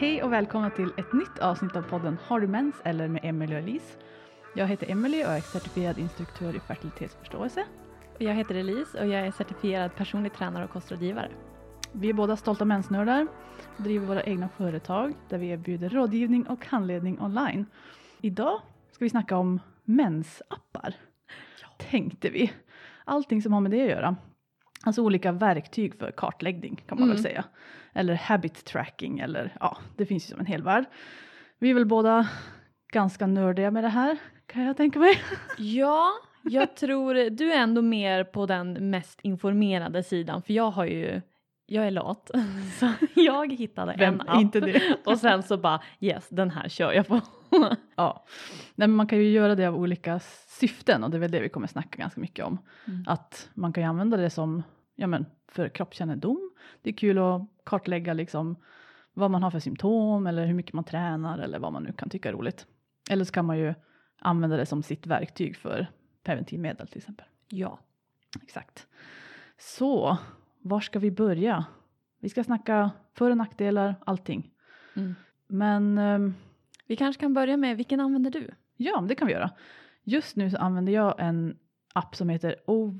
Hej och välkomna till ett nytt avsnitt av podden Har du mens eller med Emelie och Elise. Jag heter Emelie och är certifierad instruktör i fertilitetsförståelse. Och jag heter Elise och jag är certifierad personlig tränare och kostrådgivare. Vi är båda stolta mensnördar och driver våra egna företag där vi erbjuder rådgivning och handledning online. Idag ska vi snacka om mensappar, tänkte vi. Allting som har med det att göra. Alltså olika verktyg för kartläggning kan man väl säga. Eller habit tracking eller ja, det finns ju som en hel värld. Vi är väl båda ganska nördiga med det här, kan jag tänka mig. Ja, jag tror du är ändå mer på den mest informerade sidan. För jag är lat. Så jag hittade en app. Inte det? Och sen så bara, yes, den här kör jag på. Ja, nej, men man kan ju göra det av olika syften och det är väl det vi kommer snacka ganska mycket om. Att man kan ju använda det som för kroppskännedom. Det är kul att kartlägga liksom vad man har för symptom eller hur mycket man tränar eller vad man nu kan tycka är roligt. Eller så kan man ju använda det som sitt verktyg för preventivmedel till exempel. Ja. Exakt. Så, var ska vi börja? Vi ska snacka för- och nackdelar, allting. Men Vi kanske kan börja med, vilken använder du? ja, det kan vi göra. Just nu så använder jag en app som heter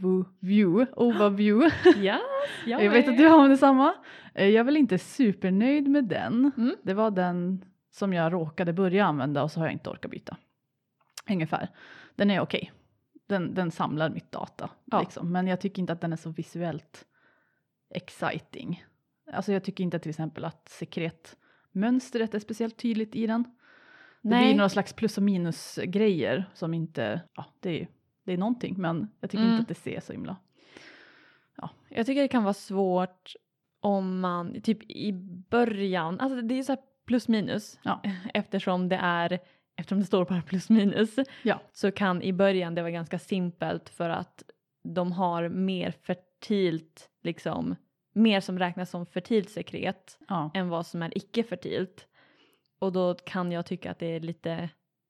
Ovaview. Ja, Jag vet att du använder samma. Jag är väl inte supernöjd med den. Det var den som jag råkade börja använda och så har jag inte orkat byta. Ungefär. Den är okej. Den samlar mitt data. Ja. Liksom. Men jag tycker inte att den är så visuellt exciting. Alltså jag tycker inte till exempel att sekretmönstret är speciellt tydligt i den. Det blir några slags plus och minus grejer som inte, ja det är någonting men jag tycker inte att det ser så himla. Ja. Jag tycker det kan vara svårt om man typ i början, alltså det är så här plus minus. Ja. Eftersom det står bara plus minus. Ja. Så kan i början det vara ganska simpelt för att de har mer fertilt liksom, mer som räknas som fertilt sekret än vad som är icke-fertilt. Och då kan jag tycka att det är lite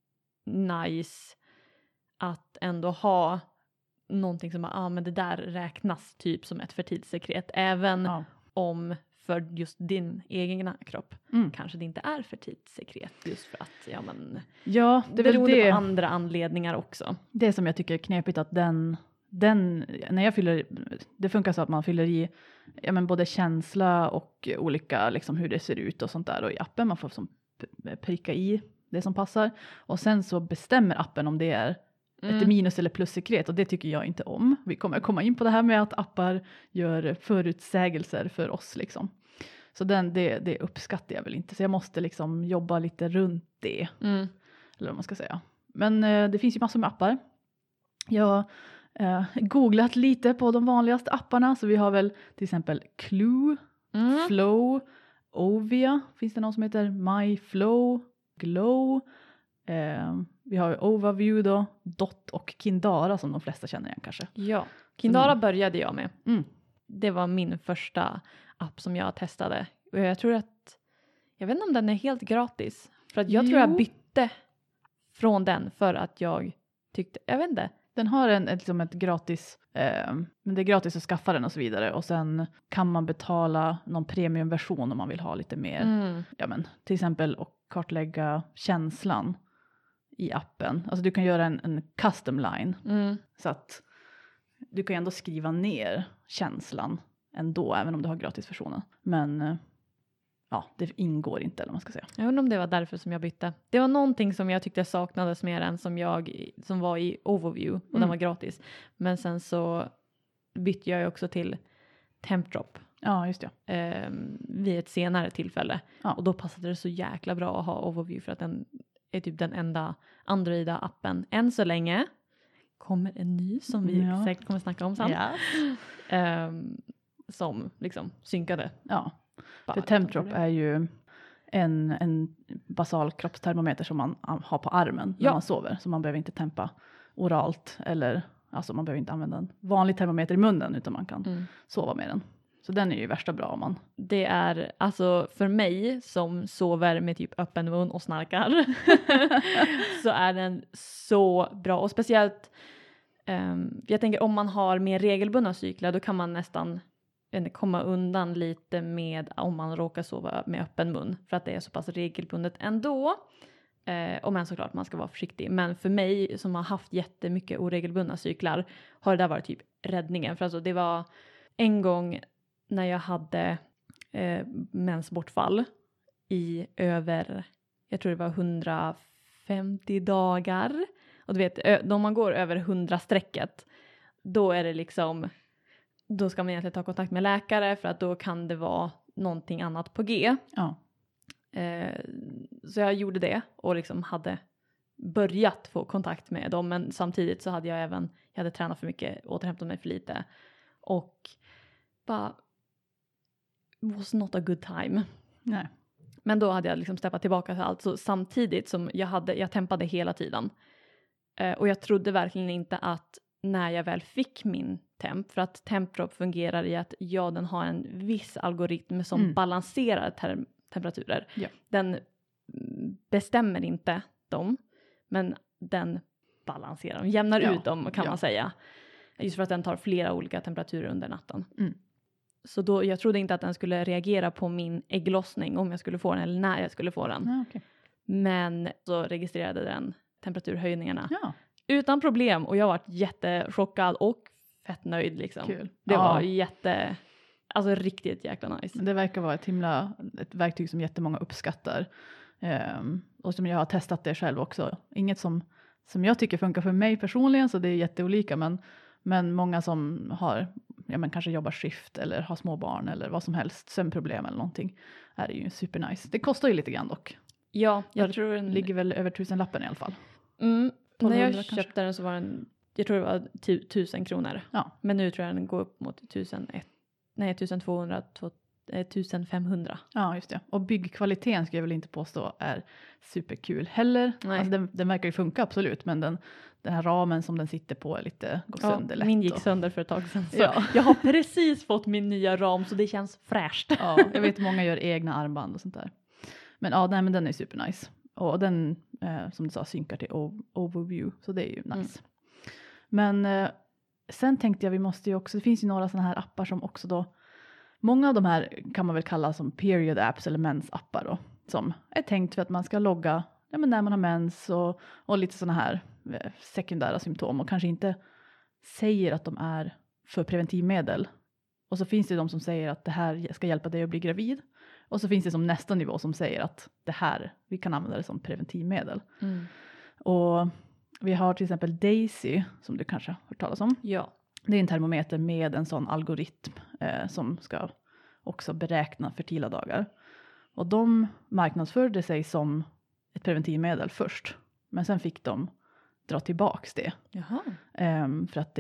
nice att ändå ha någonting som men det där räknas typ som ett fertilt sekret. Även om för just din egna kropp kanske det inte är fertilt sekret. Just för att det är väl det. På andra anledningar också. Det som jag tycker är knepigt att den när jag fyller, det funkar så att man fyller i både känsla och olika liksom hur det ser ut och sånt där. Och i appen man får som pricka i det som passar. Och sen så bestämmer appen om det är ett minus eller plussekret. Och det tycker jag inte om. Vi kommer komma in på det här med att appar gör förutsägelser för oss liksom. Så det uppskattar jag väl inte. Så jag måste liksom jobba lite runt det. Eller vad man ska säga. Men det finns ju massor med appar. Jag googlat lite på de vanligaste apparna. Så vi har väl till exempel Clue, Flow, Ovia. Finns det någon som heter MyFlow, Glow. Vi har Ovaview då, Dot och Kindara som de flesta känner igen kanske. Ja, Kindara började jag med. Det var min första app som jag testade. Och jag vet inte om den är helt gratis. För att jag tror jag bytte från den för att jag tyckte, jag vet inte. Den har ett gratis, men det är gratis att skaffa den och så vidare. Och sen kan man betala någon premiumversion om man vill ha lite mer. Till exempel att kartlägga känslan i appen. Alltså du kan göra en custom line. Så att du kan ändå skriva ner känslan ändå, även om du har gratisversionen. Men det ingår inte, eller vad man ska säga. Jag undrar om det var därför som jag bytte. Det var någonting som jag tyckte saknades mer än som var i Ovaview. Och den var gratis. Men sen så bytte jag också till Tempdrop. Ja, just det. Vid ett senare tillfälle. Ja. Och då passade det så jäkla bra att ha Ovaview. För att den är typ den enda Android-appen. Än så länge kommer en ny som vi säkert kommer snacka om sen. Som liksom synkade. Ja. För Tempdrop är ju en basal kroppstermometer som man har på armen när man sover. Så man behöver inte tempa oralt eller alltså man behöver inte använda en vanlig termometer i munnen utan man kan sova med den. Så den är ju värsta bra om man. Det är alltså för mig som sover med typ öppen mun och snarkar så är den så bra. Och speciellt jag tänker om man har mer regelbundna cykler då kan man nästan komma undan lite med om man råkar sova med öppen mun. För att det är så pass regelbundet ändå. Och men såklart man ska vara försiktig. Men för mig som har haft jättemycket oregelbundna cyklar har det där varit typ räddningen. För alltså det var en gång när jag hade mensbortfall i över, jag tror det var 150 dagar. Och du vet, om man går över 100-strecket, då är det liksom, då ska man egentligen ta kontakt med läkare för att då kan det vara någonting annat på G. Ja. Så jag gjorde det och liksom hade börjat få kontakt med dem, men samtidigt så hade jag hade tränat för mycket, återhämtat mig för lite och bara was not a good time. Nej. Men då hade jag liksom steppat tillbaka till allt, så samtidigt som jag tempade hela tiden. Och jag trodde verkligen inte att när jag väl fick min temp, för att Tempdrop fungerar i att den har en viss algoritm som balanserar temperaturer. Ja. Den bestämmer inte dem, men den balanserar dem, jämnar ut dem kan man säga. Just för att den tar flera olika temperaturer under natten. Så då, jag trodde inte att den skulle reagera på min ägglossning om jag skulle få den eller när jag skulle få den. Okay. Men så registrerade den temperaturhöjningarna utan problem, och jag var jättechockad och fett nöjd liksom. Kul. Det var alltså riktigt jäkla nice. Det verkar vara ett verktyg som jättemånga uppskattar. Och som jag har testat det själv också. Inget som jag tycker funkar för mig personligen, så det är jätteolika, men många som har kanske jobbar skift eller har små barn eller vad som helst, sömnproblem eller någonting, är det ju supernice. Det kostar ju lite grann dock. Ja, jag tror den ligger väl över 1000-lappen i alla fall. När jag köpte den så var den, jag tror det var 1000 kronor. Ja. Men nu tror jag den går upp mot 1200, 1500. Ja, just det. Och byggkvaliteten ska jag väl inte påstå är superkul heller. Alltså den verkar ju funka absolut, men den här ramen som den sitter på är går sönder lätt. Min gick sönder för ett tag sedan. Så jag har precis fått min nya ram, så det känns fräscht. Ja, jag vet många gör egna armband och sånt där. Men men den är supernice. Och den, som du sa, synkar till Overview. Så det är ju nice. Men sen tänkte jag, det finns ju några sådana här appar som också då, många av de här kan man väl kalla som period apps eller mensappar då. Som är tänkt för att man ska logga när man har mens och lite sådana här sekundära symptom. Och kanske inte säger att de är för preventivmedel. Och så finns det de som säger att det här ska hjälpa dig att bli gravid. Och så finns det som nästa nivå som säger att vi kan använda det som preventivmedel. Och vi har till exempel Daisy, som du kanske har hört talas om. Ja. Det är en termometer med en sån algoritm som ska också beräkna fertila dagar. Och de marknadsförde sig som ett preventivmedel först. Men sen fick de dra tillbaks det. Jaha. För att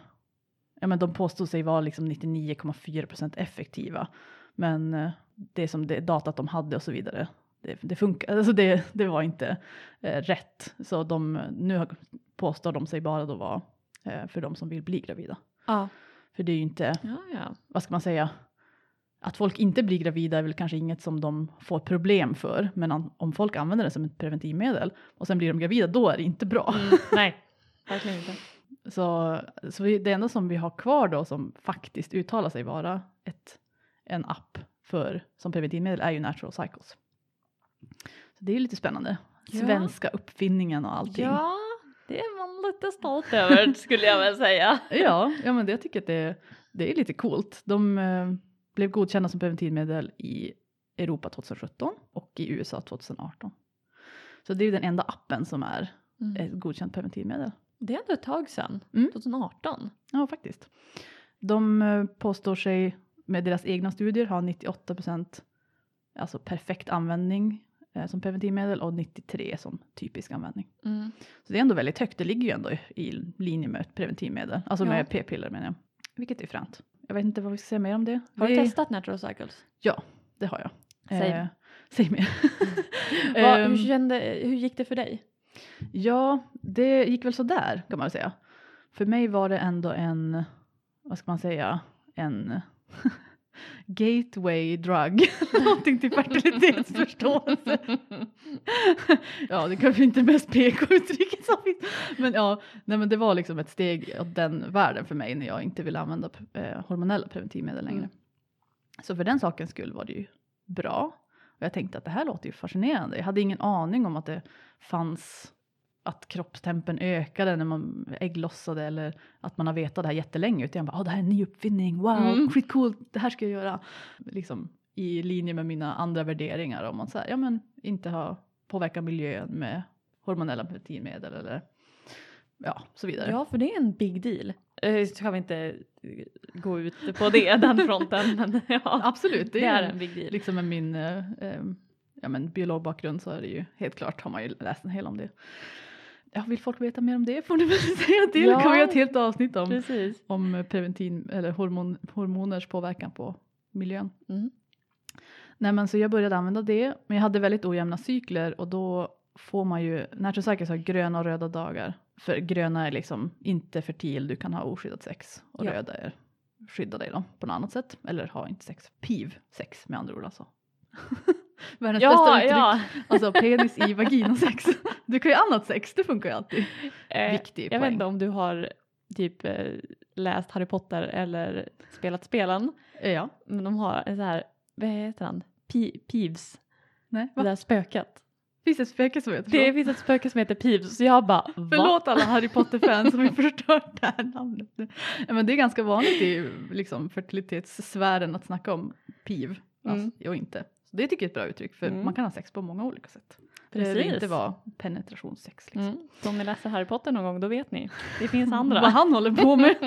de påstod sig vara liksom 99,4% effektiva. Men det som det datat de hade och så vidare, det funkar, alltså det var inte rätt. Så nu påstår de sig bara då vara för de som vill bli gravida. Ja. För det är ju inte, vad ska man säga, att folk inte blir gravida är väl kanske inget som de får problem för. Men om folk använder det som ett preventivmedel och sen blir de gravida, då är det inte bra. Nej, verkligen inte. Så det enda som vi har kvar då som faktiskt uttalar sig vara en app som preventivmedel är ju Natural Cycles. Så det är lite spännande. Svenska uppfinningen och allting. Ja, det är man lite stolt över skulle jag väl säga. ja, men jag tycker att det är lite coolt. De blev godkända som preventivmedel i Europa 2017 och i USA 2018. Så det är ju den enda appen som är ett godkänt preventivmedel. Det är ändå ett tag sedan, 2018. Ja, faktiskt. De påstår sig med deras egna studier ha 98% alltså perfekt användning som preventivmedel och 93% som typisk användning. Så det är ändå väldigt högt. Det ligger ju ändå i linje med ett preventivmedel. Alltså med p-piller menar jag. Vilket är fränt. Jag vet inte vad vi ska säga mer om det. Har du testat Natural Cycles? Ja, det har jag. Säg mer. Hur gick det för dig? Ja, det gick väl så där kan man säga. För mig var det ändå en gateway drug. Någonting till fertilitetsförståelse. Ja, det kanske inte mest PK-uttrycket som finns. Men det var liksom ett steg åt den världen för mig när jag inte ville använda hormonella preventivmedel längre. Så för den sakens skull var det ju bra. Och jag tänkte att det här låter ju fascinerande. Jag hade ingen aning om att det fanns att kroppstempen ökade när man ägglossade. Eller att man har vetat det här jättelänge. Utan jag bara, det här är en ny uppfinning. Wow, skitcoolt. Det här ska jag göra. Liksom i linje med mina andra värderingar. Om man säger, men inte ha påverkat miljön med hormonella proteinmedel eller så vidare. Ja, för det är en big deal. Ska vi inte gå ut på den fronten. Men absolut, det är en big deal. Liksom med min biologbakgrund så är det ju helt klart, har man ju läst en hel om det. Vill folk veta mer om det får ni väl säga till. Kan vi göra ett helt avsnitt om preventiv eller hormoners påverkan på miljön. Nej, men så jag började använda det. Men jag hade väldigt ojämna cykler. Och då får man ju, Natural Cycles har gröna och röda dagar. För gröna är liksom inte fertil, du kan ha oskyddat sex. Och röda är skydda dig då på något annat sätt. Eller ha inte sex. PIV-sex med andra ord alltså. Världens bästa uttryck. Alltså penis i vaginasex. Du kan ju annat sex, det funkar ju alltid. Viktig jag poäng. vet inte om du har typ läst Harry Potter eller spelat spelen. Ja. Men de har en så här, vad heter han? Peeves. Nej, det där spöket. Finns ett spöke som heter så? Det finns ett spöke som heter Peeves. Så jag bara, förlåt alla Harry Potter-fans som har förstört det här namnet. Men det är ganska vanligt i liksom, fertilitetssfären att snacka om PIV. Alltså, och inte. Så det tycker jag är ett bra uttryck. För man kan ha sex på många olika sätt. Precis. Det behöver inte vara penetrationssex. Liksom. Så om ni läser Harry Potter någon gång, då vet ni. Det finns andra. Vad han håller på med.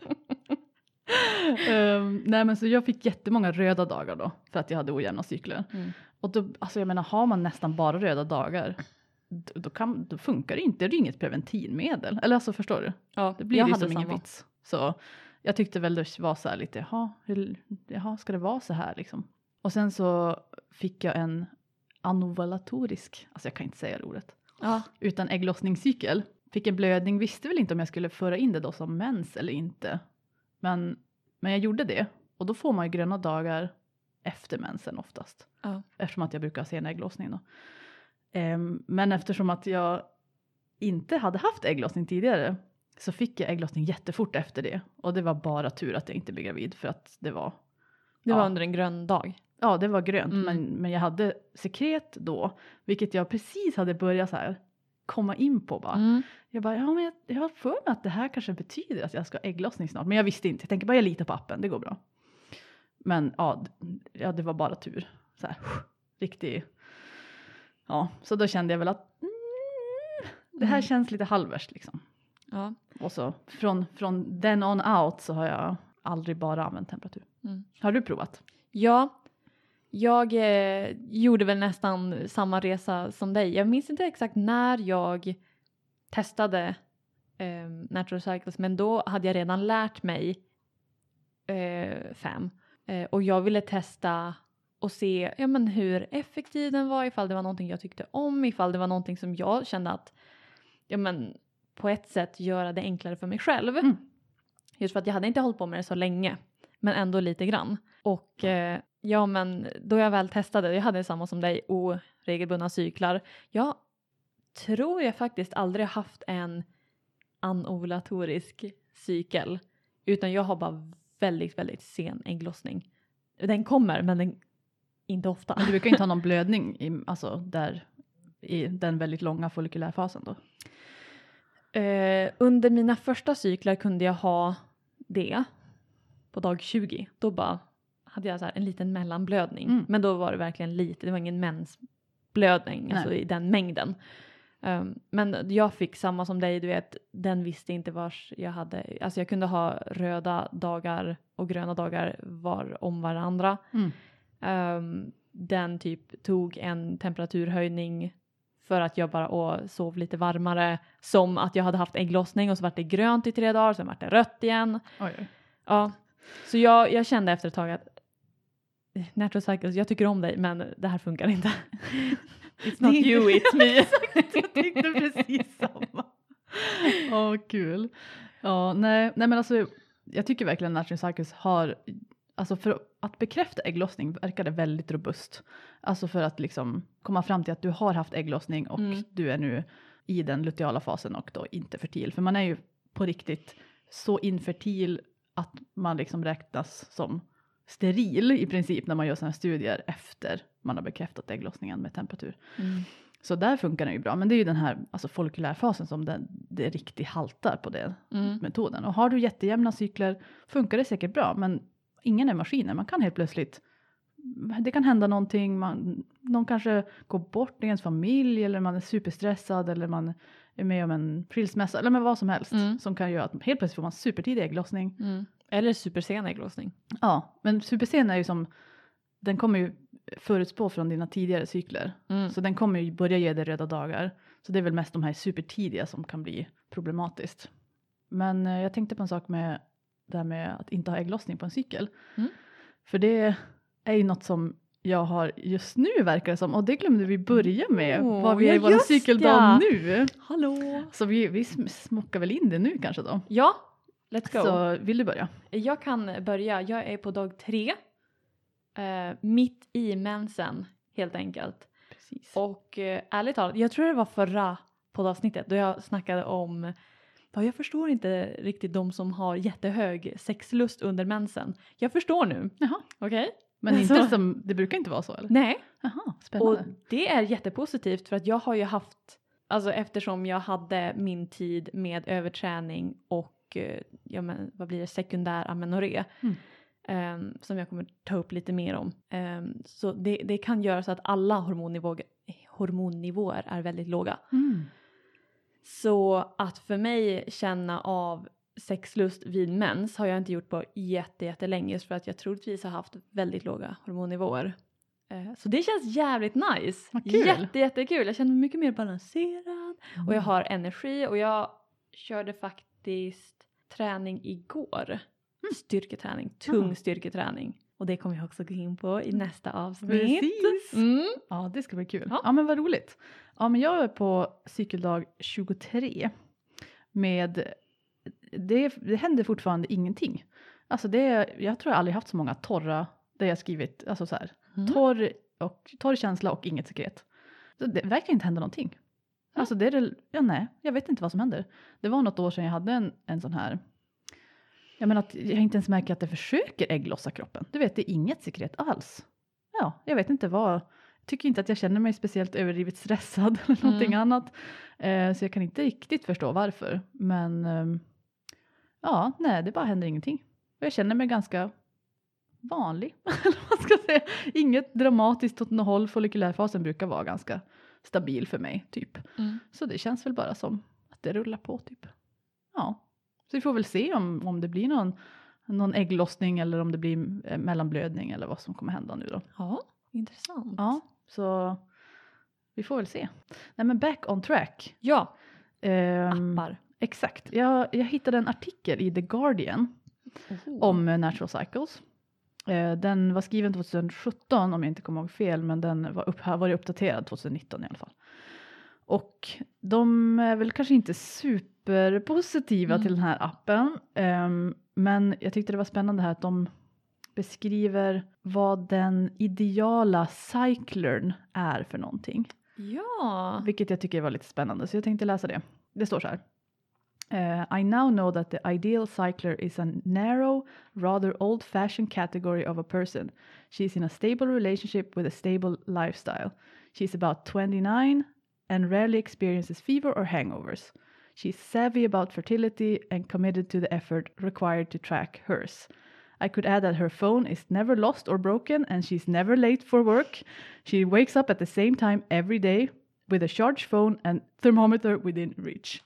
Nej, men så jag fick jättemånga röda dagar då. För att jag hade ojämna cykler. Och då, alltså jag menar, har man nästan bara röda dagar. Då funkar det inte. Det är inget preventivmedel. Eller alltså, förstår du? Ja, det blir liksom ingen vits. Så jag tyckte väl det var så här lite. Jaha, ska det vara så här liksom? Och sen så fick jag en anovulatorisk. Alltså jag kan inte säga det ordet. Ja. Utan ägglossningscykel. Fick en blödning. Visste väl inte om jag skulle föra in det då som mens eller inte. Men jag gjorde det. Och då får man ju gröna dagar efter mensen oftast. Ja. Eftersom att jag brukar se en ägglossning då. Men eftersom att jag inte hade haft ägglossning tidigare. Så fick jag ägglossning jättefort efter det. Och det var bara tur att jag inte blev gravid. För att det var... Det var under en grön dag. Ja, det var grönt. Men jag hade sekret då. Vilket jag precis hade börjat så här komma in på. Bara. Jag bara, men jag har för mig att det här kanske betyder att jag ska ha ägglossning snart. Men jag visste inte. Jag tänker bara, jag litar på appen. Det går bra. Men ja, det var bara tur. Så här, riktigt. Ja, så då kände jag väl att det här känns lite halvvärst liksom. Ja. Och så från then on out så har jag aldrig bara använt temperatur. Har du provat? Ja, jag gjorde väl nästan samma resa som dig. Jag minns inte exakt när jag testade Natural Cycles. Men då hade jag redan lärt mig FAM. Och jag ville testa och se hur effektiv den var. Ifall det var någonting jag tyckte om. Ifall det var någonting som jag kände att på ett sätt göra det enklare för mig själv. Just för att jag hade inte hållit på med det så länge. Men ändå lite grann. Och då jag väl testade. Jag hade samma som dig. Oregelbundna cyklar. Jag tror jag faktiskt aldrig haft en anovulatorisk cykel. Utan jag har bara väldigt, väldigt sen ägglossning. Den kommer, men inte ofta. Men du brukar inte ha någon blödning i den väldigt långa follikulärfasen då? Under mina första cyklar kunde jag ha det på dag 20. Då bara hade jag så här en liten mellanblödning. Men då var det verkligen lite. Det var ingen mensblödning alltså i den mängden. Men jag fick samma som dig, du vet. Den visste inte vars jag hade. Alltså jag kunde ha röda dagar och gröna dagar var om varandra. Den typ tog en temperaturhöjning för att jag bara sov lite varmare. Som att jag hade haft ägglossning och så var det grönt i 3 dagar. Sen var det rött igen. Oj. Ja, så jag kände efter ett tag att Natural Cycles, jag tycker om dig men det här funkar inte. It's not you, it's me. Jag tyckte precis samma. Kul. Ja, nej men alltså jag tycker verkligen Natural Cycles har, alltså för att bekräfta ägglossning verkar det väldigt robust. Alltså för att liksom komma fram till att du har haft ägglossning och du är nu i den luteala fasen och då inte fertil. För man är ju på riktigt så infertil att man liksom räknas som steril i princip när man gör sådana här studier efter man har bekräftat ägglossningen med temperatur. Så där funkar den ju bra. Men det är ju den här alltså folkulärfasen som det riktigt haltar på den metoden. Och har du jättejämna cykler funkar det säkert bra. Men ingen är maskiner. Man kan helt plötsligt, det kan hända någonting. Någon kanske går bort i ens familj. Eller man är superstressad. Eller man är med om en skilsmässa. Eller med vad som helst. Som kan göra att helt plötsligt får man supertidig ägglossning. Eller supersen ägglossning. Ja, men supersen är ju som, den kommer ju förutspå från dina tidigare cykler. Så den kommer ju börja ge dig röda dagar. Så det är väl mest de här supertidiga som kan bli problematiskt. Men jag tänkte på en sak med det här med att inte ha ägglossning på en cykel. För det är ju något som jag har just nu verkar det som. Och det glömde vi börja med. Vad vi är i vår cykeldag nu. Hallå! Så vi smockar väl in det nu kanske då. Ja, let's go. Så vill du börja? Jag kan börja. Jag är på dag 3. Mitt i mensen helt enkelt. Precis. Och ärligt talat, jag tror det var förra poddavsnittet då jag snackade om, jag förstår inte riktigt de som har jättehög sexlust under mensen. Jag förstår nu. Jaha. Okej? Men inte som, det brukar inte vara så eller? Nej. Jaha, spännande. Och det är jättepositivt för att jag har ju haft, alltså eftersom jag hade min tid med överträning och vad blir det, sekundär amenorré. Som jag kommer ta upp lite mer om. Så det kan göra så att alla hormonnivåer är väldigt låga. Så att för mig känna av sexlust vid mens har jag inte gjort på jättelänge. För att jag troligtvis har haft väldigt låga hormonnivåer. Så det känns jävligt nice. Jättekul. Jag känner mig mycket mer balanserad. Och jag har energi. Och jag körde faktiskt träning igår. Styrketräning. Tung styrketräning. Och det kommer jag också gå in på i nästa avsnitt. Precis. Ja, det ska bli kul. Ja, men vad roligt. Ja, men jag är på cykeldag 23. Det händer fortfarande ingenting. Alltså jag tror jag aldrig haft så många torra, där jag skrivit, alltså så här. Torr känsla och inget sekret. Så det verkar inte hända någonting. Alltså nej, jag vet inte vad som händer. Det var något år sedan jag hade en sån här. Jag menar att jag inte ens märker att det försöker ägglossa kroppen. Du vet, det är inget sekret alls. Ja, jag vet inte vad. Jag tycker inte att jag känner mig speciellt överdrivet stressad eller någonting annat. Så jag kan inte riktigt förstå varför. Men nej, det bara händer ingenting. Och jag känner mig ganska vanlig. Eller vad ska jag säga. Inget dramatiskt åt något håll. Follikulärfasen brukar vara ganska stabil för mig, typ. Så det känns väl bara som att det rullar på, typ. Ja. Så vi får väl se om det blir någon ägglossning eller om det blir mellanblödning eller vad som kommer hända nu då. Ja, intressant. Ja, så vi får väl se. Nej, men back on track. Ja, appar. Exakt. Jag hittade en artikel i The Guardian om Natural Cycles. Den var skriven 2017 om jag inte kommer ihåg fel, men den har varit uppdaterad 2019 i alla fall. Och de är väl kanske inte superpositiva till den här appen. Men jag tyckte det var spännande här att de beskriver vad den ideala cyclern är för någonting. Ja. Vilket jag tycker var lite spännande, så jag tänkte läsa det. Det står så här. I now know that the ideal cycler is a narrow, rather old-fashioned category of a person. She's in a stable relationship with a stable lifestyle. She's about 29 and rarely experiences fever or hangovers. She's savvy about fertility and committed to the effort required to track hers. I could add that her phone is never lost or broken and she's never late for work. She wakes up at the same time every day with a charged phone and thermometer within reach.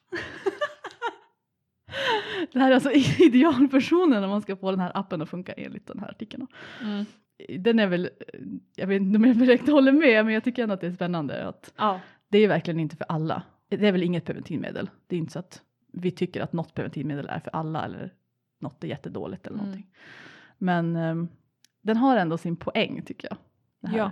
Det här är alltså idealpersonen om man ska få den här appen att funka enligt den här artikeln. Den är väl, jag vet inte om jag direkt håller med, men jag tycker ändå att det är spännande att det är verkligen inte för alla. Det är väl inget preventivmedel. Det är inte så att vi tycker att något preventivmedel är för alla eller något är jättedåligt eller någonting. Men den har ändå sin poäng, tycker jag. Ja.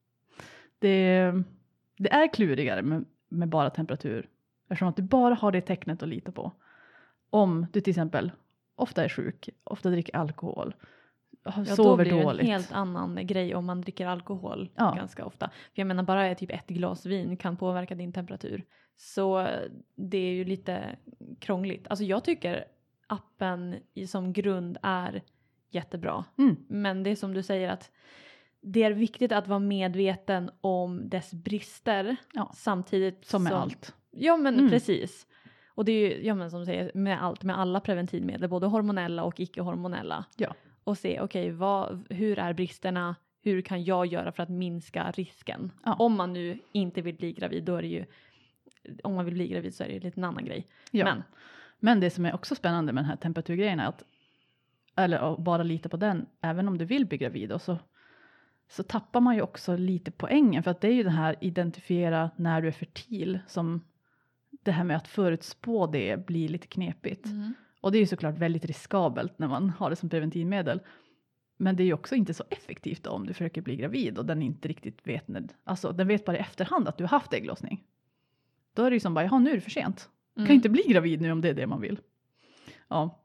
Det är klurigare med bara temperatur. Eftersom att du bara har det tecknet att lita på. Om du till exempel ofta är sjuk, ofta dricker alkohol, sover dåligt. Då blir det en helt annan grej om man dricker alkohol ganska ofta. För jag menar, bara typ ett glas vin kan påverka din temperatur. Så det är ju lite krångligt. Alltså jag tycker appen som grund är jättebra. Men det är som du säger att det är viktigt att vara medveten om dess brister. Samtidigt som med allt. Ja, men precis. Och det är ju, ja men som du säger, med allt, med alla preventivmedel, både hormonella och icke-hormonella. Ja. Och se, okej, hur är bristerna? Hur kan jag göra för att minska risken? Ja. Om man nu inte vill bli gravid, då är det ju, om man vill bli gravid så är det ju lite en annan grej. Ja. Men det som är också spännande med den här temperaturgrejen är att, eller bara lita på den, även om du vill bli gravid, och så tappar man ju också lite poängen. För att det är ju det här identifiera när du är fertil, som det här med att förutspå det blir lite knepigt. Och det är ju såklart väldigt riskabelt när man har det som preventivmedel. Men det är ju också inte så effektivt om du försöker bli gravid och den inte riktigt vet alltså den vet bara i efterhand att du har haft ägglossning. Då är det ju som bara, jaha, nu är det för sent. Kan inte bli gravid nu om det är det man vill. Ja.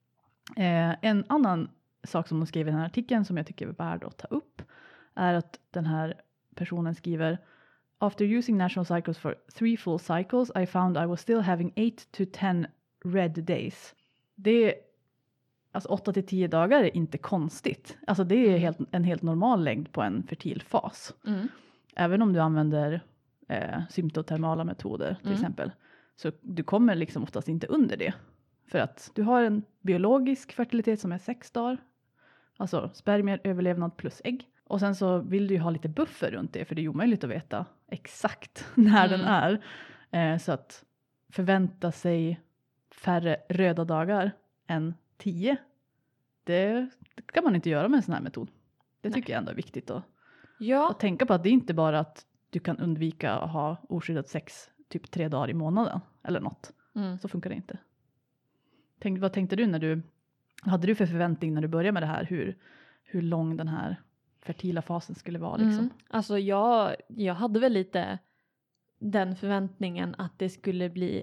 En annan sak som de skriver i den här artikeln som jag tycker är värd att ta upp är att den här personen skriver: After using national cycles for 3 full cycles, I found I was still having 8 to 10 red days. Det är, alltså 8 till 10 dagar är inte konstigt. Alltså det är en helt normal längd på en fertil fas. Även om du använder symptotermala metoder till exempel. Så du kommer liksom oftast inte under det. För att du har en biologisk fertilitet som är 6 dagar. Alltså spermier, överlevnad plus ägg. Och sen så vill du ju ha lite buffer runt det. För det är omöjligt att veta exakt när den är. Så att förvänta sig färre röda dagar än 10. Det kan man inte göra med en sån här metod. Det tycker jag ändå är viktigt att tänka på. Att det är inte bara att du kan undvika att ha oskyddat sex typ 3 dagar i månaden. Eller något. Så funkar det inte. Vad tänkte du hade du för förväntning när du började med det här? Hur lång den här fertila fasen skulle vara liksom? Alltså jag hade väl lite den förväntningen att det skulle bli...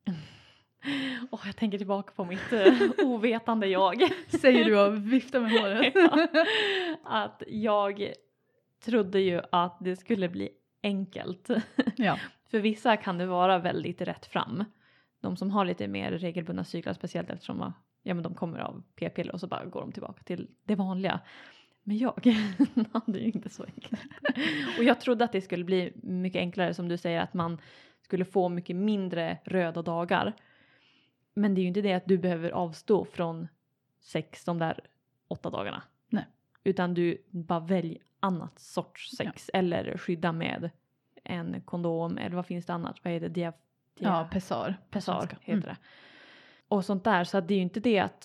jag tänker tillbaka på mitt ovetande jag. Säger du och viftar med håret. Att jag trodde ju att det skulle bli enkelt. Ja. För vissa kan det vara väldigt rätt fram. De som har lite mer regelbundna cyklar, speciellt eftersom men de kommer av p-piller och så bara går de tillbaka till det vanliga. Men jag hade ju inte så enkelt. Och jag trodde att det skulle bli mycket enklare, som du säger, att man skulle få mycket mindre röda dagar. Men det är ju inte det att du behöver avstå från sex de där 8 dagarna. Nej. Utan du bara välj annat sorts sex. Ja. Eller skydda med en kondom. Eller vad finns det annat? Vad är det? Pessar. Pessar heter det. Och sånt där. Så att det är ju inte det att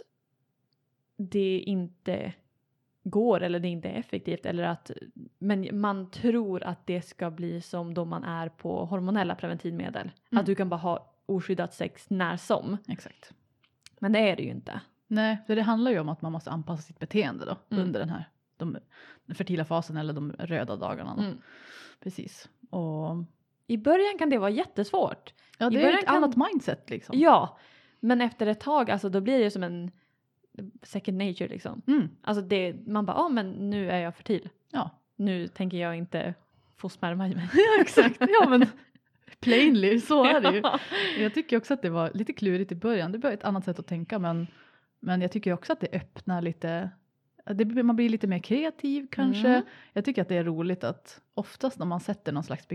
det inte går eller det inte är effektivt. Men man tror att det ska bli som då man är på hormonella preventivmedel. Att du kan bara ha oskyddat sex när som. Exakt. Men det är det ju inte. Nej, för det handlar ju om att man måste anpassa sitt beteende då. Under den fertila fasen eller de röda dagarna då. Precis. Och i början kan det vara jättesvårt. Ja, det är ett annat mindset liksom. Ja, men efter ett tag, alltså då blir det som en second nature liksom. Alltså man bara, men nu är jag fertil. Ja. Nu tänker jag inte få sperma i mig. Ja, exakt. Ja, men plainly, så är det ju. Jag tycker också att det var lite klurigt i början. Det var ett annat sätt att tänka, men jag tycker också att det öppnar lite. Man blir lite mer kreativ kanske. Jag tycker att det är roligt att oftast när man sätter någon slags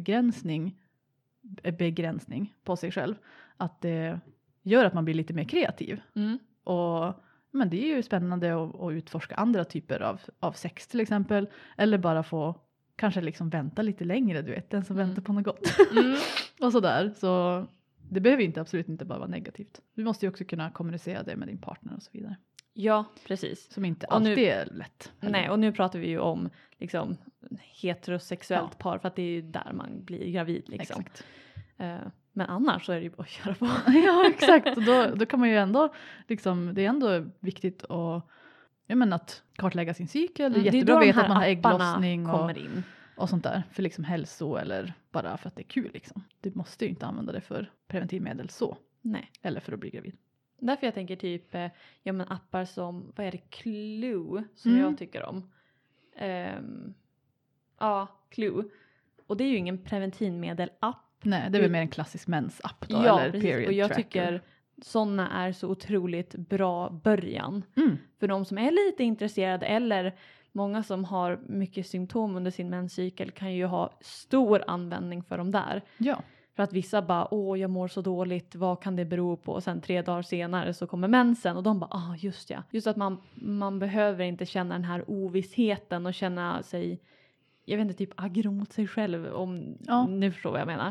begränsning på sig själv, att det gör att man blir lite mer kreativ. Men det är ju spännande att utforska andra typer av sex till exempel. Eller bara få kanske liksom vänta lite längre, du vet. Den som väntar på något gott. Och sådär. Så det behöver inte absolut inte bara vara negativt. Du måste ju också kunna kommunicera det med din partner och så vidare. Ja, precis. Som inte alltid är lätt. Nej, och nu pratar vi ju om liksom heterosexuellt par. För att det är ju där man blir gravid liksom. Exakt. Men annars så är det ju bara att köra på. Ja, exakt. Och då kan man ju ändå liksom, det är ändå viktigt att kartlägga sin cykel. Det är jättebra att veta att man har ägglossning och sånt där. För liksom hälso eller bara för att det är kul liksom. Du måste ju inte använda det för preventivmedel så. Nej. Eller för att bli gravid. Därför jag tänker typ appar som, vad är det, Clue som jag tycker om. Clue. Och det är ju ingen preventivmedel-app. Nej, det är väl mer en klassisk mensapp då. Ja, eller precis. period och jag tracker. tycker sådana är så otroligt bra början. För de som är lite intresserade eller många som har mycket symptom under sin menscykel kan ju ha stor användning för dem där. Ja. För att vissa bara, jag mår så dåligt, vad kan det bero på? Och sen 3 dagar senare så kommer mensen och de bara, just ja. Just att man behöver inte känna den här ovissheten och känna sig, jag vet inte, typ aggro mot sig själv om nu förstår vad jag menar.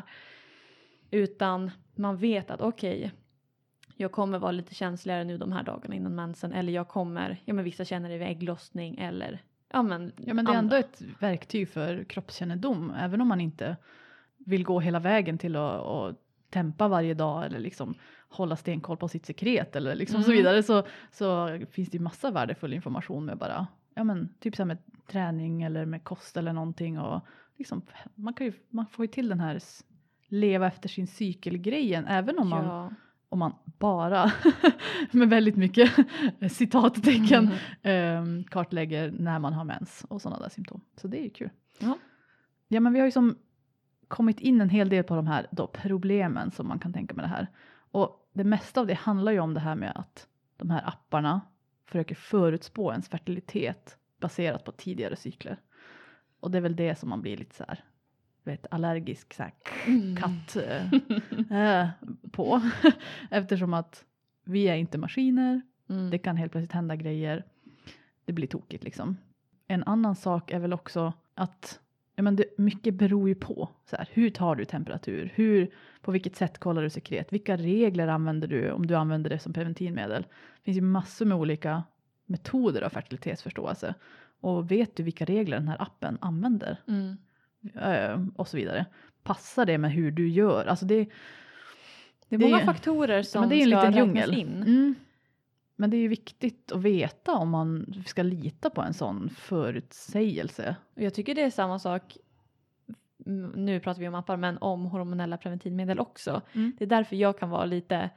Utan man vet att okej, jag kommer vara lite känsligare nu de här dagarna innan mensen. Eller jag kommer, men vissa känner det vid ägglossning eller men det är ändå ett verktyg för kroppskännedom. Även om man inte vill gå hela vägen till att tempa varje dag eller liksom hålla stenkoll på sitt sekret eller liksom så vidare, så finns det ju massa värdefull information med bara typ så här med träning eller med kost eller någonting, och liksom man får ju till den här leva efter sin cykelgrejen, även om man bara med väldigt mycket citattecken kartlägger när man har mens och sådana där symptom. Så det är ju kul. Ja, men vi har ju som kommit in en hel del på de här problemen som man kan tänka med det här. Och det mesta av det handlar ju om det här med att de här apparna försöker förutspå ens fertilitet baserat på tidigare cykler. Och det är väl det som man blir lite så här, allergisk så här, katt på. Eftersom att vi är inte maskiner. Det kan helt plötsligt hända grejer. Det blir tokigt liksom. En annan sak är väl också att mycket beror ju på så här, hur tar du temperatur, på vilket sätt kollar du sekret, vilka regler använder du om du använder det som preventivmedel. Det finns ju massor med olika metoder av fertilitetsförståelse, och vet du vilka regler den här appen använder och så vidare. Passar det med hur du gör? Alltså det är många faktorer som det är en ska liten räknas in. Men det är ju viktigt att veta om man ska lita på en sån förutsägelse. Jag tycker det är samma sak, nu pratar vi om appar, men om hormonella preventivmedel också. Det är därför jag kan vara lite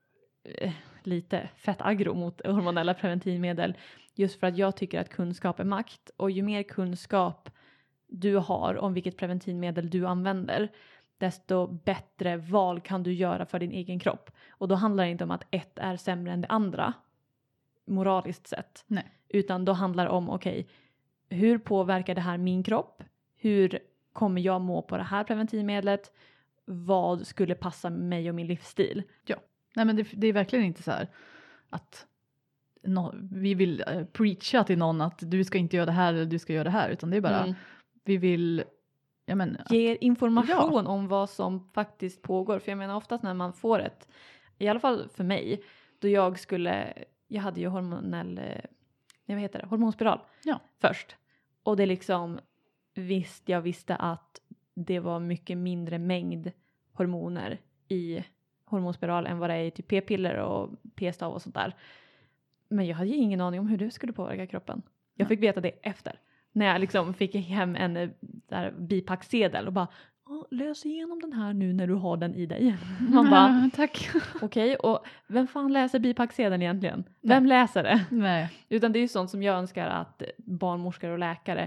fett aggro mot hormonella preventivmedel. Just för att jag tycker att kunskap är makt. Och ju mer kunskap du har om vilket preventivmedel du använder, desto bättre val kan du göra för din egen kropp. Och då handlar det inte om att ett är sämre än det andra moraliskt sett. Nej. Utan då handlar det om hur påverkar det här min kropp? Hur kommer jag må på det här preventivmedlet? Vad skulle passa mig och min livsstil? Ja, nej, men det är verkligen inte så här att vi vill preacha till någon att du ska inte göra det här eller du ska göra det här. Utan det är bara, vi vill ge information om vad som faktiskt pågår. För jag menar oftast när man får i alla fall för mig, då jag hade ju hormonspiral först. Och det liksom, jag visste att det var mycket mindre mängd hormoner i hormonspiral än vad det är i typ p-piller och p-stav och sånt där. Men jag hade ju ingen aning om hur det skulle påverka kroppen. Jag fick veta det efter. När jag liksom fick hem en bipacksedel och bara, läs igenom den här nu när du har den i dig. Man bara, tack. Okej, och vem fan läser bipacksedeln egentligen? Vem läser det? Nej. Utan det är ju sånt som jag önskar att barnmorskor och läkare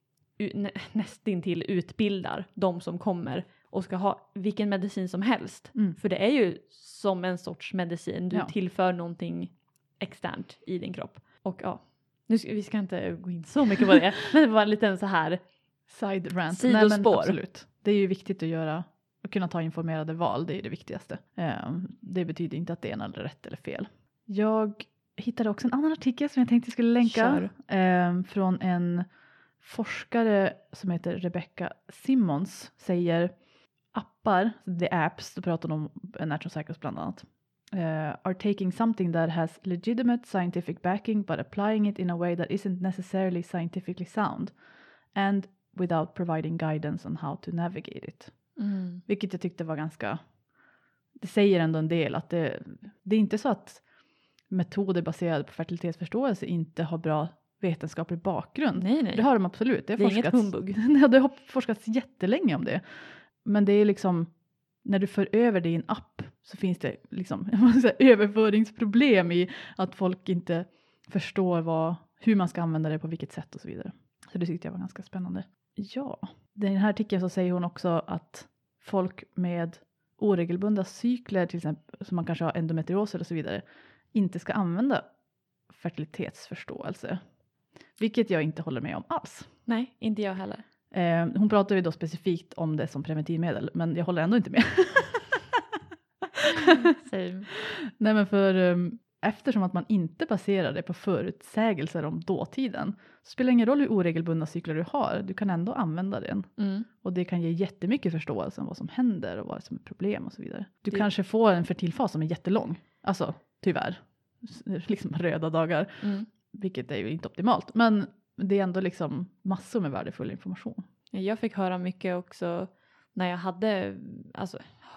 nästintill utbildar de som kommer och ska ha vilken medicin som helst. För det är ju som en sorts medicin. Du tillför någonting externt i din kropp. Och vi ska inte gå in så mycket på det. Men det var en liten så här side rant. Sidospår. Nej, men absolut. Det är ju viktigt att kunna ta informerade val. Det är det viktigaste. Det betyder inte att det är ena eller rätt eller fel. Jag hittade också en annan artikel som jag tänkte jag skulle länka. Från en forskare som heter Rebecca Simmons. Säger appar, the apps, då pratar de om Natural Cycles bland annat. Are taking something that has legitimate scientific backing but applying it in a way that isn't necessarily scientifically sound and without providing guidance on how to navigate it. Vilket jag tyckte var ganska, det säger ändå en del att det är inte så att metoder baserade på fertilitetsförståelse inte har bra vetenskaplig bakgrund. Nej. Det har de absolut. Det är inget humbug. Det har forskats jättelänge om det. Men det är liksom, när du för över det i en app så finns det liksom överföringsproblem i att folk inte förstår hur man ska använda det, på vilket sätt och så vidare. Så det tyckte jag var ganska spännande. Ja, den här artikeln så säger hon också att folk med oregelbundna cykler, till exempel som man kanske har endometrios eller så vidare, inte ska använda fertilitetsförståelse. Vilket jag inte håller med om alls. Nej, inte jag heller. Hon pratar ju då specifikt om det som preventivmedel, men jag håller ändå inte med. Same. Nej, men för eftersom att man inte baserar det på förutsägelser om dåtiden, så spelar det ingen roll hur oregelbundna cykler du har. Du kan ändå använda den. Och det kan ge jättemycket förståelse om vad som händer och vad som är problem och så vidare. Du kanske får en fertilfas som är jättelång. Alltså, tyvärr. Liksom röda dagar. Vilket är ju inte optimalt. Men det är ändå liksom massor med värdefull information. Jag fick höra mycket också när jag hade, alltså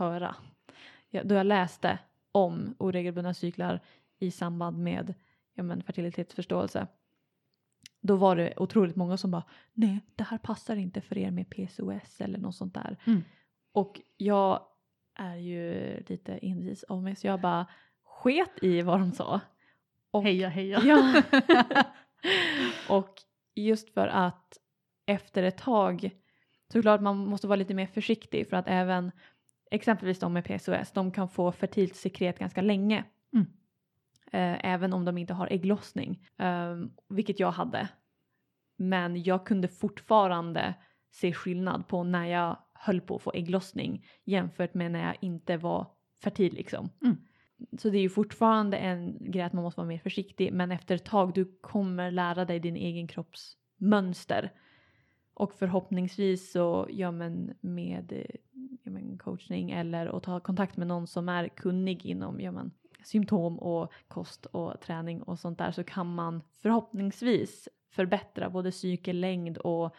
då jag läste om oregelbundna cyklar i samband med fertilitetsförståelse. Då var det otroligt många som bara, nej, det här passar inte för er med PCOS eller något sånt där. Och jag är ju lite envis av mig, så jag bara sket i vad de sa. Och, heja. Ja. Och just för att efter ett tag, såklart man måste vara lite mer försiktig, för att även exempelvis de med PCOS, de kan få fertilt sekret ganska länge. Även om de inte har ägglossning. Vilket jag hade. Men jag kunde fortfarande se skillnad på när jag höll på att få ägglossning jämfört med när jag inte var fertil liksom. Så det är ju fortfarande en grej att man måste vara mer försiktig. Men efter ett tag du kommer lära dig din egen kropps mönster. Och förhoppningsvis så med coachning eller att ta kontakt med någon som är kunnig inom symptom och kost och träning och sånt där, så kan man förhoppningsvis förbättra både cykellängd och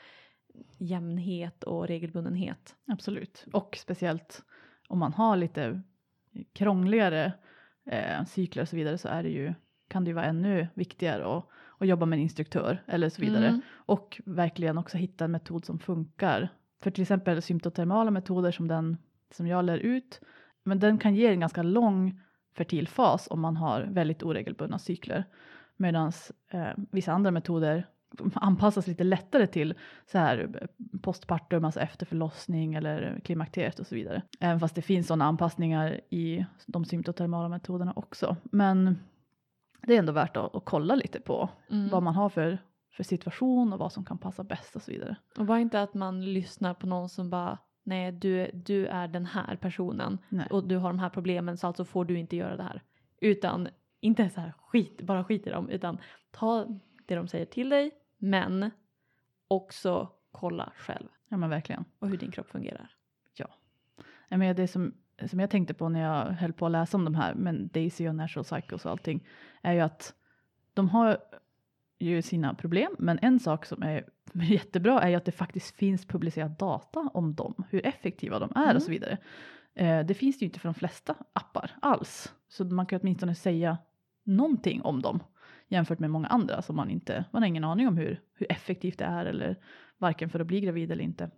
jämnhet och regelbundenhet. Absolut. Och speciellt om man har lite krångligare cykler och så vidare, så kan det ju vara ännu viktigare att jobba med en instruktör eller så vidare. Och verkligen också hitta en metod som funkar. För till exempel symptotermala metoder som den som jag lär ut, men den kan ge en ganska lång fertil fas om man har väldigt oregelbundna cykler. Medan vissa andra metoder anpassas lite lättare till så här postpartum, alltså efter förlossning eller klimakteriet och så vidare. Även fast det finns sådana anpassningar i de symptotermala metoderna också. Men det är ändå värt att kolla lite på vad man har för situation och vad som kan passa bäst och så vidare. Och bara inte att man lyssnar på någon som bara, nej, du är den här personen. Nej. Och du har de här problemen, så alltså får du inte göra det här. Utan inte så här bara skit i dem, utan ta det de säger till dig, men också kolla själv. Ja, men verkligen. Och hur din kropp fungerar. Ja. Men det som jag tänkte på när jag höll på att läsa om de här, men Daisy och Natural Cycles och allting, är ju att de har ju sina problem, men en sak som är jättebra är ju att det faktiskt finns publicerad data om dem, hur effektiva de är och så vidare. Det finns ju inte för de flesta appar alls, så man kan åtminstone säga någonting om dem jämfört med många andra som man har ingen aning om hur effektivt det är, eller varken för att bli gravid eller inte.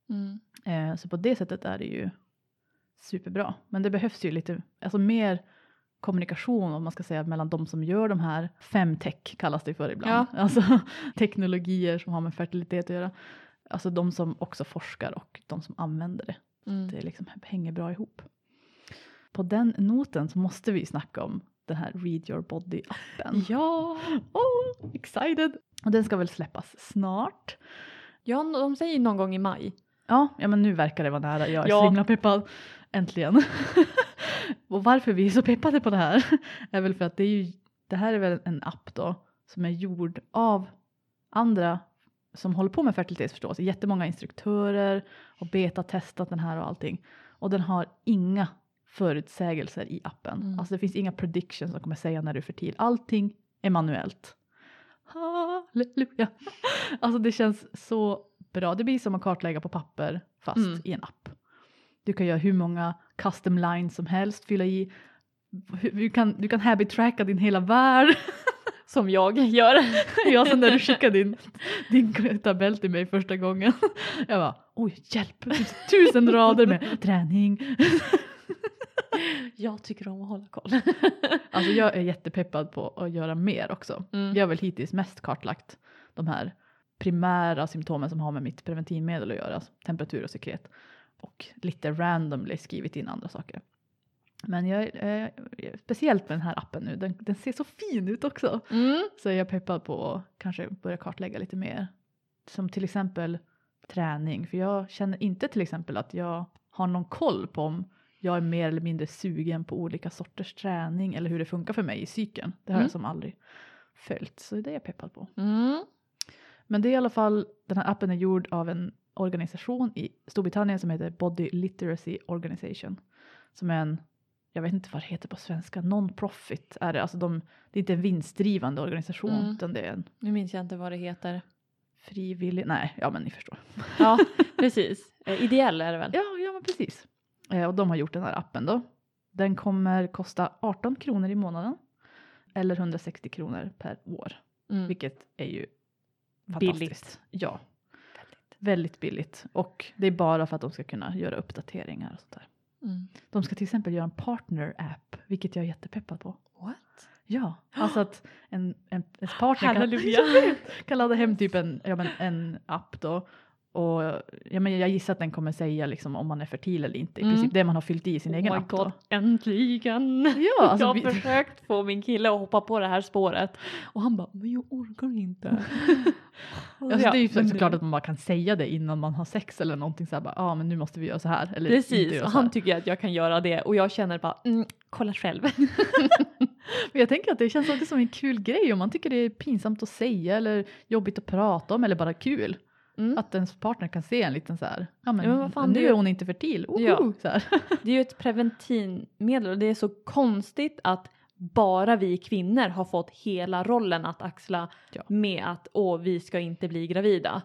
Så på det sättet är det ju superbra, men det behövs ju lite, alltså mer kommunikation, om man ska säga, mellan de som gör de här femtech kallas det för ibland. Ja. Alltså teknologier som har med fertilitet att göra. Alltså de som också forskar och de som använder det. Det liksom hänger bra ihop. På den noten så måste vi snacka om den här Read Your Body-appen. Ja! Oh, excited! Och den ska väl släppas snart. Ja, de säger någon gång i maj. Ja, men nu verkar det vara nära. Jag är så himla peppad. Äntligen. Och varför vi är så peppade på det här är väl för att det här är väl en app då som är gjord av andra som håller på med fertilitetsförståelse. Jättemånga instruktörer och beta-testat den här och allting. Och den har inga förutsägelser i appen. Alltså det finns inga predictions som kommer säga när du är fertil. Allting är manuellt. Halleluja. Alltså det känns så bra. Det blir som att kartlägga på papper fast i en app. Du kan göra hur många custom lines som helst, fylla i. Du kan habit-tracka din hela värld. Som jag gör. Ja, sen när du skickar din tabell till mig första gången. Jag bara, oj hjälp, 1000 rader med träning. Jag tycker om att hålla koll. Alltså jag är jättepeppad på att göra mer också. Jag har väl hittills mest kartlagt de här primära symptomen som har med mitt preventivmedel att göra. Temperatur och sekret. Och lite randomly skrivit in andra saker. Men jag speciellt med den här appen nu. Den ser så fin ut också. Så jag är peppad på att kanske börja kartlägga lite mer. Som till exempel träning. För jag känner inte till exempel att jag har någon koll på om jag är mer eller mindre sugen på olika sorters träning. Eller hur det funkar för mig i cykeln. Det har jag som aldrig följt. Så det är jag peppad på. Men det är i alla fall, den här appen är gjord av en organisation i Storbritannien som heter Body Literacy Organization. Som är en, jag vet inte vad det heter på svenska, non-profit är det. Alltså det är inte en vinstdrivande organisation. Utan det är en... Nu minns jag inte vad det heter. Frivillig, nej, ja men ni förstår. Ja, precis. Ideell är det väl? Ja men precis. Och de har gjort den här appen då. Den kommer kosta 18 kronor i månaden. Eller 160 kronor per år. Vilket är ju fantastiskt. Billigt. Ja, väldigt billigt. Och det är bara för att de ska kunna göra uppdateringar och sånt där. De ska till exempel göra en partner-app, vilket jag är jättepeppad på. What? Ja, alltså att en partner kan ladda hem typ en app då. Och jag gissar att den kommer säga liksom om man är fertil eller inte. I princip det man har fyllt i sin egen app då. Äntligen! Ja, alltså jag har försökt få min kille att hoppa på det här spåret. Och han bara, men jag orkar inte. Alltså, det är ju såklart att man bara kan säga det innan man har sex eller någonting så här bara, men nu måste vi göra så här. Eller precis, och han tycker att jag kan göra det. Och jag känner bara, kolla själv. Men jag tänker att det känns också som en kul grej om man tycker det är pinsamt att säga eller jobbigt att prata om eller bara kul. Att ens partner kan se en liten så här, men vad fan, nu är hon inte fertil. Så här. Det är ju ett preventivmedel och det är så konstigt att bara vi kvinnor har fått hela rollen att axla med att vi ska inte bli gravida.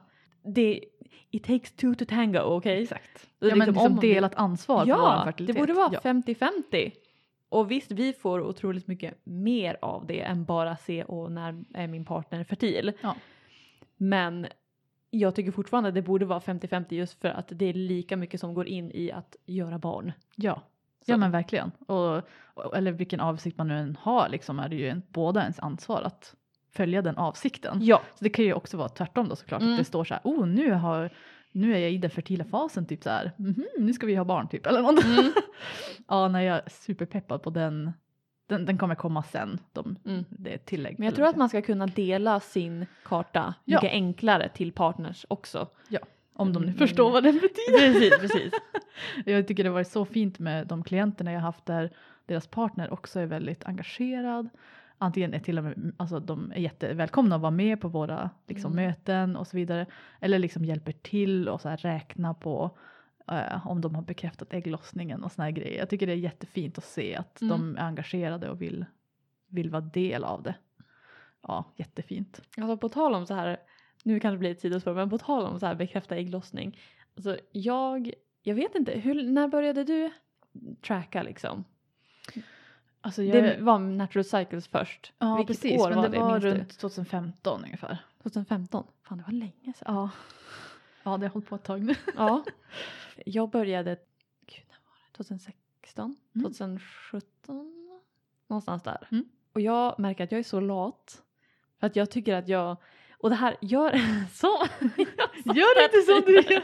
It takes two to tango, okej? Exakt. Ja, men liksom delat ansvar för vår fertilitet. Det borde vara 50-50. Och visst, vi får otroligt mycket mer av det än bara se när är min partner fertil. Ja. Men jag tycker fortfarande att det borde vara 50-50 just för att det är lika mycket som går in i att göra barn. Ja. Ja men verkligen. Eller vilken avsikt man nu än har liksom, är det ju båda ens ansvar att följa den avsikten. Ja. Så det kan ju också vara tvärtom då såklart. Att det står så här, nu är jag i den fertila fasen typ så här. Nu ska vi ha barn typ. Eller något. Ja, när jag är superpeppad på den. Den kommer komma sen. Det är tillägg. Men jag tror att man ska kunna dela sin karta mycket enklare till partners också. Ja. Om de nu förstår vad den betyder. Precis. Jag tycker det har varit så fint med de klienterna jag har haft där deras partner också är väldigt engagerad. Antingen är till och med, alltså de är jättevälkomna att vara med på våra liksom, möten och så vidare. Eller liksom hjälper till och så här räkna på om de har bekräftat ägglossningen och såna här grejer. Jag tycker det är jättefint att se att de är engagerade och vill vara del av det. Ja, jättefint. Alltså på tal om så här, nu kanske det blir ett sidospår, men på tal om så här bekräfta ägglossning. Alltså jag vet inte, när började du tracka liksom? Alltså det var Natural Cycles först. Ja, vilket precis, år men det var minns runt 2015 ungefär. 2015? Fan, det var länge sedan. Ja, det har hållit på ett tag nu. Ja. Jag började, när var det? 2016? 2017? Någonstans där. Och jag märker att jag är så lat. För att jag tycker att och det här gör så. Gör inte som du gör.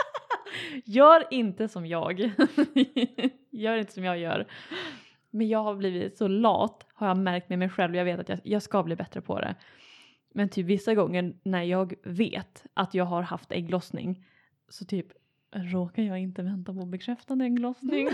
Gör inte som jag. Gör inte som jag gör. Men jag har blivit så lat. Har jag märkt med mig själv. Jag vet att jag ska bli bättre på det. Men typ vissa gånger när jag vet att jag har haft ägglossning. Så typ råkar jag inte vänta på bekräftande ägglossning.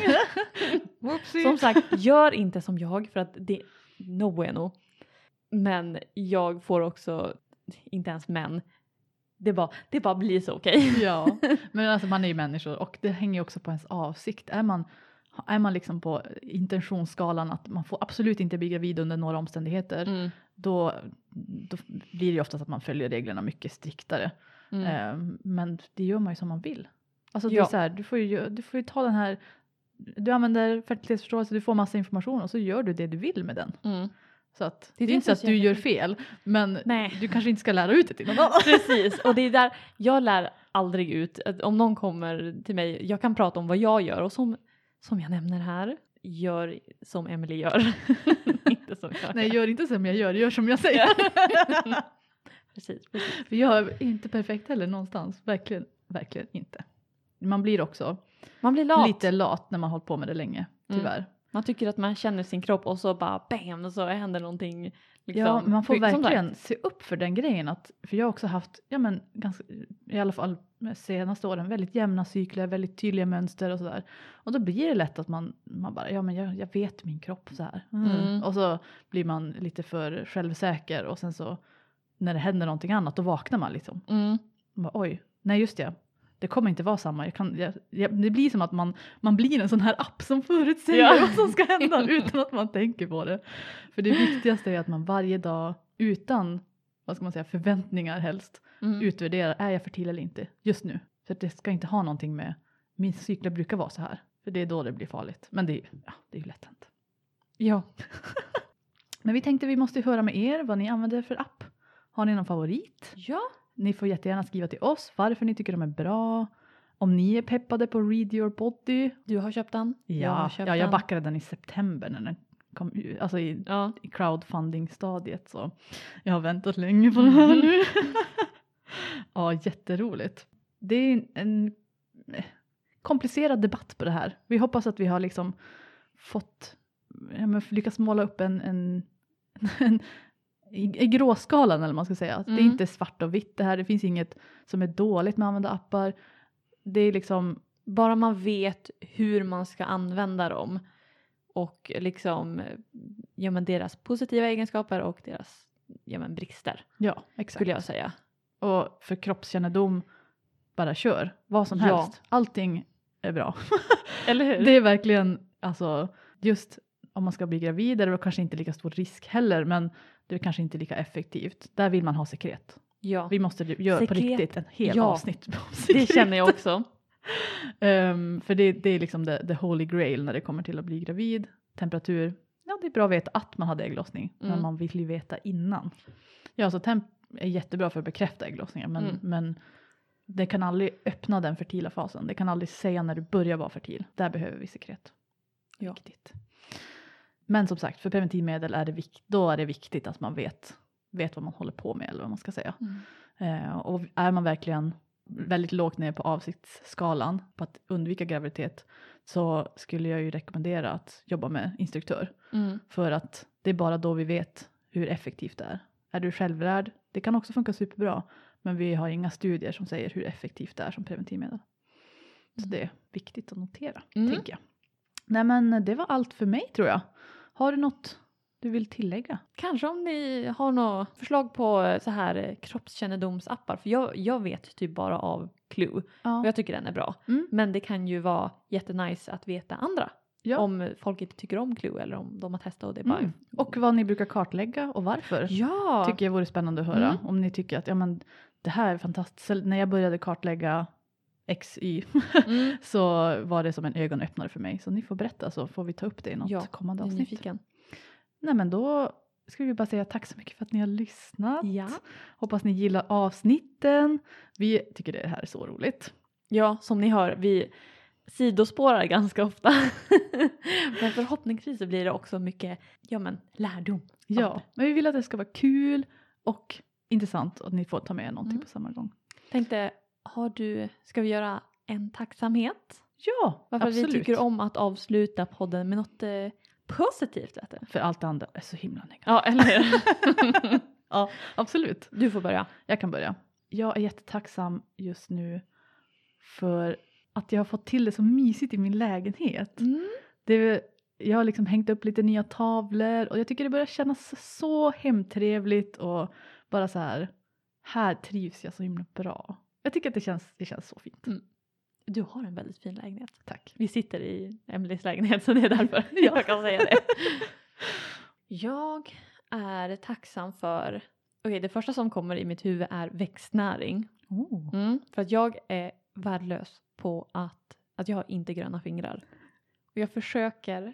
Som sagt, gör inte som jag. För att det no bueno. Men jag får också, inte ens män, det bara blir så okej. Ja, men alltså man är ju människor och det hänger också på ens avsikt. Är man liksom på intentionsskalan att man får absolut inte bli gravid under några omständigheter, då blir det ju oftast att man följer reglerna mycket striktare. Men det gör man ju som man vill. Alltså det är så här, du får ju ta den här, du använder fertilitetsförståelse, du får massa information och så gör du det du vill med den. Så att, det är inte så att du gör fel, men du kanske inte ska lära ut det till någon annan. Precis, och det är där jag lär aldrig ut. Om någon kommer till mig, jag kan prata om vad jag gör och som jag nämner här, gör som Emily gör. Inte som jag. Nej, gör inte som jag gör som jag säger. Precis. För jag är inte perfekt heller någonstans, verkligen inte. Man blir också, Man blir lat. Lite lat när man hållit på med det länge, tyvärr. Man tycker att man känner sin kropp och så bara bam, och så händer någonting. Liksom. Ja, man får verkligen se upp för den grejen. För jag har också haft, ganska, i alla fall de senaste åren, väldigt jämna cykler, väldigt tydliga mönster och sådär. Och då blir det lätt att man bara, jag vet min kropp så här. Och så blir man lite för självsäker och sen så när det händer någonting annat, då vaknar man liksom. Man bara, oj, nej just det. Det kommer inte vara samma. Det blir som att man blir en sån här app som förutsäger vad som ska hända utan att man tänker på det. För det viktigaste är att man varje dag utan, vad ska man säga, förväntningar helst utvärderar, är jag fertil eller inte just nu. För det ska inte ha någonting med, min cykler brukar vara så här. För det är då det blir farligt. Men det är ju lätt hänt. Ja. Men vi tänkte vi måste höra med er vad ni använder för app. Har ni någon favorit? Ja. Ni får jättegärna skriva till oss varför ni tycker de är bra. Om ni är peppade på Read Your Body. Du har köpt den? Jag backade den i september när den kom ut. Alltså i crowdfunding-stadiet. Så jag har väntat länge på det här nu. Ja, jätteroligt. Det är en komplicerad debatt på det här. Vi hoppas att vi har liksom fått lyckats måla upp en i gråskalan eller man ska säga. Det är inte svart och vitt det här. Det finns inget som är dåligt med att använda appar. Det är liksom, bara man vet hur man ska använda dem. Och liksom deras positiva egenskaper och deras brister. Ja, exakt. Skulle jag säga. Och för kroppskännedom, bara kör. Vad som helst. Allting är bra. Eller hur? Det är verkligen, alltså, just om man ska bli gravid är det kanske inte lika stor risk heller. Men det är kanske inte lika effektivt. Där vill man ha sekret. Ja. Vi måste göra på riktigt en hel avsnitt om sekret. Det känner jag också. För det är liksom the holy grail när det kommer till att bli gravid. Temperatur. Ja, det är bra att veta att man hade ägglossning. Men man vill ju veta innan. Ja, så temp är jättebra för att bekräfta ägglossningar. Men det kan aldrig öppna den fertila fasen. Det kan aldrig säga när du börjar vara fertil. Där behöver vi sekret. Ja. Viktigt. Men som sagt, för preventivmedel är det viktigt att man vet vad man håller på med eller vad man ska säga. Och är man verkligen väldigt lågt ner på avsiktsskalan på att undvika graviditet, så skulle jag ju rekommendera att jobba med instruktör. För att det är bara då vi vet hur effektivt det är. Är du självlärd? Det kan också funka superbra. Men vi har inga studier som säger hur effektivt det är som preventivmedel. Så det är viktigt att notera, tänker jag. Nej, men det var allt för mig, tror jag. Har du något du vill tillägga? Kanske om ni har något förslag på så här kroppskännedomsappar. För jag vet typ bara av Clue. Och jag tycker den är bra. Men det kan ju vara jättenice att veta andra. Ja. Om folk inte tycker om Clue eller om de har testat och det är bara... Och vad ni brukar kartlägga och varför. Ja. Tycker jag vore spännande att höra. Om ni tycker att det här är fantastiskt. När jag började kartlägga XY så var det som en ögonöppnare för mig. Så ni får berätta, så får vi ta upp det i något kommande avsnitt. Nyfiken. Nej, men då ska vi bara säga tack så mycket för att ni har lyssnat. Ja. Hoppas ni gillar avsnitten. Vi tycker det här är så roligt. Ja, som ni hör, vi sidospårar ganska ofta. Men förhoppningsvis så blir det också mycket lärdom. Ja, men vi vill att det ska vara kul och intressant och att ni får ta med någonting på samma gång. Tänkte, ska vi göra en tacksamhet? Ja, varför absolut. Vi tycker om att avsluta podden med något positivt. För allt det andra är så himla negativt. Ja, eller hur? Ja, absolut. Du får börja. Jag kan börja. Jag är jättetacksam just nu för att jag har fått till det så mysigt i min lägenhet. Jag har liksom hängt upp lite nya tavlor och jag tycker det börjar kännas så hemtrevligt och bara så här trivs jag så himla bra. Jag tycker att det känns så fint. Du har en väldigt fin lägenhet. Tack. Vi sitter i Emelies lägenhet, så det är därför jag kan säga det. Jag är tacksam för... det första som kommer i mitt huvud är växtnäring. För att jag är värdelös på att jag har inte gröna fingrar. Och jag försöker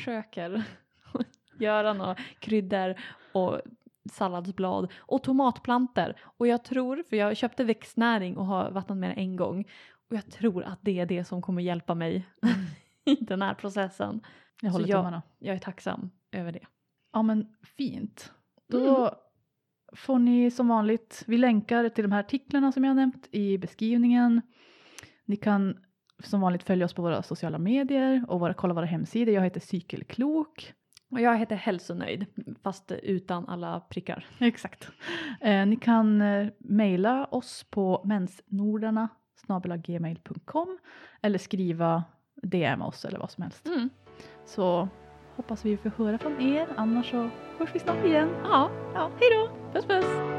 göra några kryddor och salladsblad och tomatplanter. Och jag tror, för jag köpte växtnäring och har vattnat med en gång. Och jag tror att det är det som kommer hjälpa mig i den här processen. Jag håller tummarna. Jag är tacksam över det. Ja, men fint. Då får ni som vanligt, vi länkar till de här artiklarna som jag har nämnt i beskrivningen. Ni kan som vanligt följa oss på våra sociala medier och kolla våra hemsidor. Jag heter Cykelklok. Och jag heter Hälsonöjd, fast utan alla prickar. Exakt. Ni kan mejla oss på mensnordarna@gmail.com eller skriva DM oss eller vad som helst. Så hoppas vi får höra från er, annars så hörs vi snart igen. Ja, hej då! Puss puss!